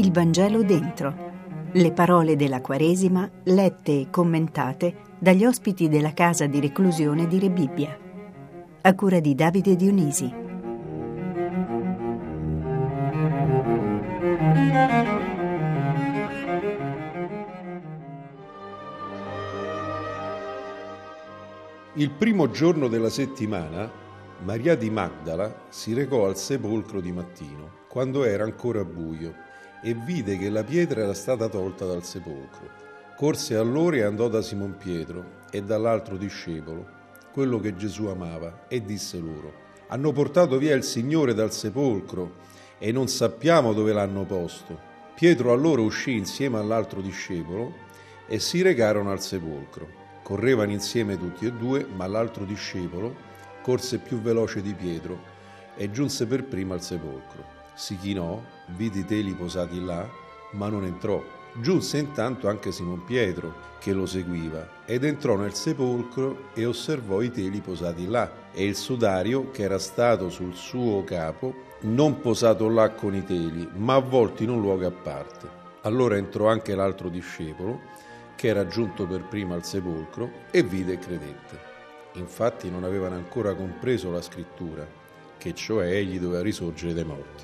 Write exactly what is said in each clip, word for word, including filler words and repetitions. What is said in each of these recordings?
Il Vangelo dentro. Le parole della Quaresima lette e commentate dagli ospiti della casa di reclusione di Rebibbia. A cura di Davide Dionisi. Il primo giorno della settimana, Maria di Magdala si recò al sepolcro di mattino, quando era ancora buio, e vide che la pietra era stata tolta dal sepolcro. Corse allora e andò da Simon Pietro e dall'altro discepolo, quello che Gesù amava, e disse loro: «Hanno portato via il Signore dal sepolcro e non sappiamo dove l'hanno posto». Pietro allora uscì insieme all'altro discepolo e si recarono al sepolcro. Correvano insieme tutti e due, ma l'altro discepolo corse più veloce di Pietro e giunse per primo al sepolcro. Si chinò, vide i teli posati là, ma non entrò. Giunse intanto anche Simon Pietro, che lo seguiva, ed entrò nel sepolcro e osservò i teli posati là, e il sudario che era stato sul suo capo, non posato là con i teli, ma avvolto in un luogo a parte. Allora entrò anche l'altro discepolo, che era giunto per primo al sepolcro, e vide e credette. Infatti non avevano ancora compreso la scrittura, che cioè egli doveva risorgere dai morti.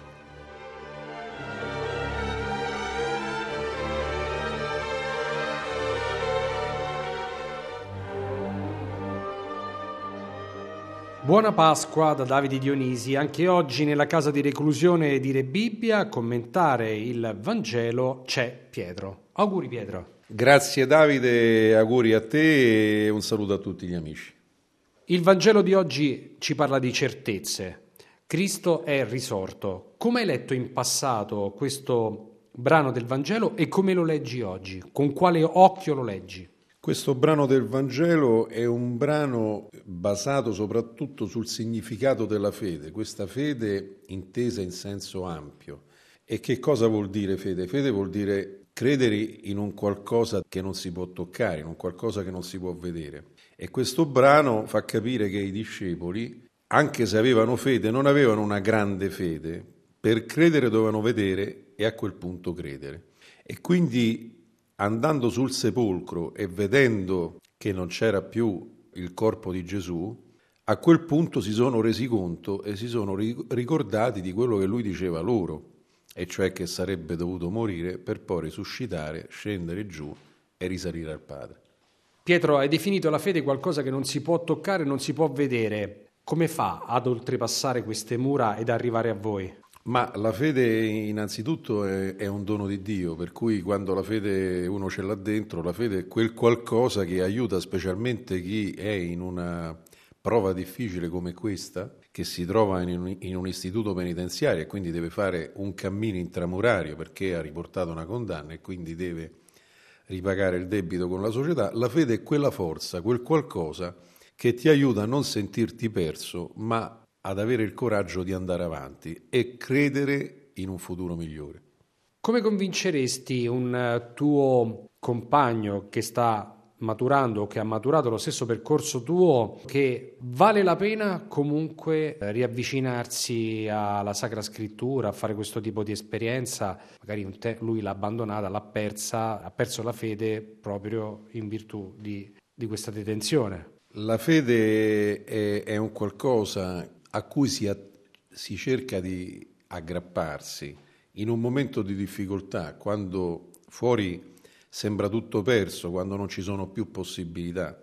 Buona Pasqua da Davide Dionisi. Anche oggi nella casa di reclusione di Rebibbia a commentare il Vangelo c'è Pietro. Auguri Pietro. Grazie Davide, auguri a te e un saluto a tutti gli amici. Il Vangelo di oggi ci parla di certezze. Cristo è risorto. Come hai letto in passato questo brano del Vangelo e come lo leggi oggi? Con quale occhio lo leggi? Questo brano del Vangelo è un brano basato soprattutto sul significato della fede, questa fede intesa in senso ampio. E che cosa vuol dire fede? Fede vuol dire credere in un qualcosa che non si può toccare, in un qualcosa che non si può vedere. E questo brano fa capire che i discepoli, anche se avevano fede, non avevano una grande fede. Per credere dovevano vedere e a quel punto credere. E quindi andando sul sepolcro e vedendo che non c'era più il corpo di Gesù, a quel punto si sono resi conto e si sono ricordati di quello che lui diceva loro, e cioè che sarebbe dovuto morire per poi risuscitare, scendere giù e risalire al Padre. Pietro, hai definito la fede qualcosa che non si può toccare, non si può vedere. Come fa ad oltrepassare queste mura ed arrivare a voi? Ma la fede innanzitutto è, è un dono di Dio, per cui quando la fede uno ce l'ha dentro, la fede è quel qualcosa che aiuta specialmente chi è in una prova difficile come questa, che si trova in un, in un istituto penitenziario e quindi deve fare un cammino intramurario perché ha riportato una condanna e quindi deve ripagare il debito con la società. La fede è quella forza, quel qualcosa che ti aiuta a non sentirti perso, ma ad avere il coraggio di andare avanti e credere in un futuro migliore. Come convinceresti un tuo compagno che sta maturando o che ha maturato lo stesso percorso tuo che vale la pena comunque riavvicinarsi alla Sacra Scrittura, a fare questo tipo di esperienza? Magari lui l'ha abbandonata, l'ha persa, ha perso la fede proprio in virtù di, di questa detenzione. La fede è, è un qualcosa a cui si, a, si cerca di aggrapparsi in un momento di difficoltà, quando fuori sembra tutto perso, quando non ci sono più possibilità.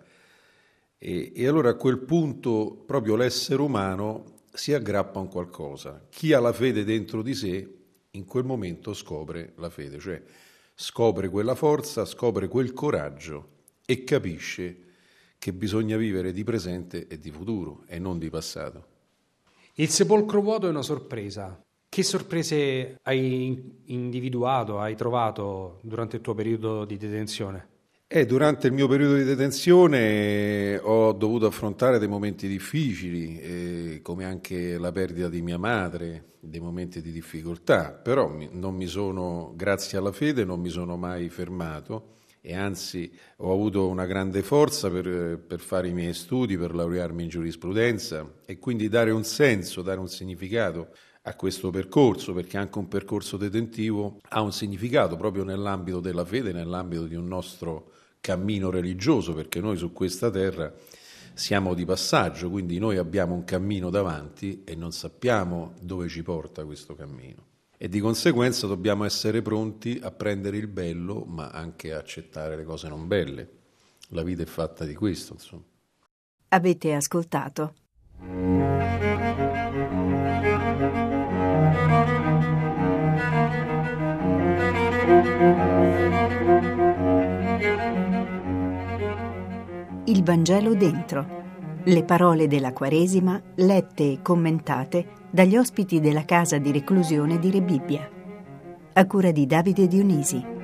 E, e allora a quel punto proprio l'essere umano si aggrappa a un qualcosa. Chi ha la fede dentro di sé, in quel momento scopre la fede, cioè scopre quella forza, scopre quel coraggio e capisce che bisogna vivere di presente e di futuro e non di passato. Il sepolcro vuoto è una sorpresa. Che sorprese hai individuato, hai trovato durante il tuo periodo di detenzione? Eh, durante il mio periodo di detenzione ho dovuto affrontare dei momenti difficili, eh, come anche la perdita di mia madre, dei momenti di difficoltà, però mi, non mi sono, grazie alla fede, non mi sono mai fermato e anzi ho avuto una grande forza per, per fare i miei studi, per laurearmi in giurisprudenza e quindi dare un senso, dare un significato a questo percorso, perché anche un percorso detentivo ha un significato proprio nell'ambito della fede, nell'ambito di un nostro cammino religioso, perché noi su questa terra siamo di passaggio, quindi noi abbiamo un cammino davanti e non sappiamo dove ci porta questo cammino. E di conseguenza dobbiamo essere pronti a prendere il bello, ma anche a accettare le cose non belle. La vita è fatta di questo, insomma. Avete ascoltato Il Vangelo dentro. Le parole della Quaresima lette e commentate dagli ospiti della casa di reclusione di Rebibbia. A cura di Davide Dionisi.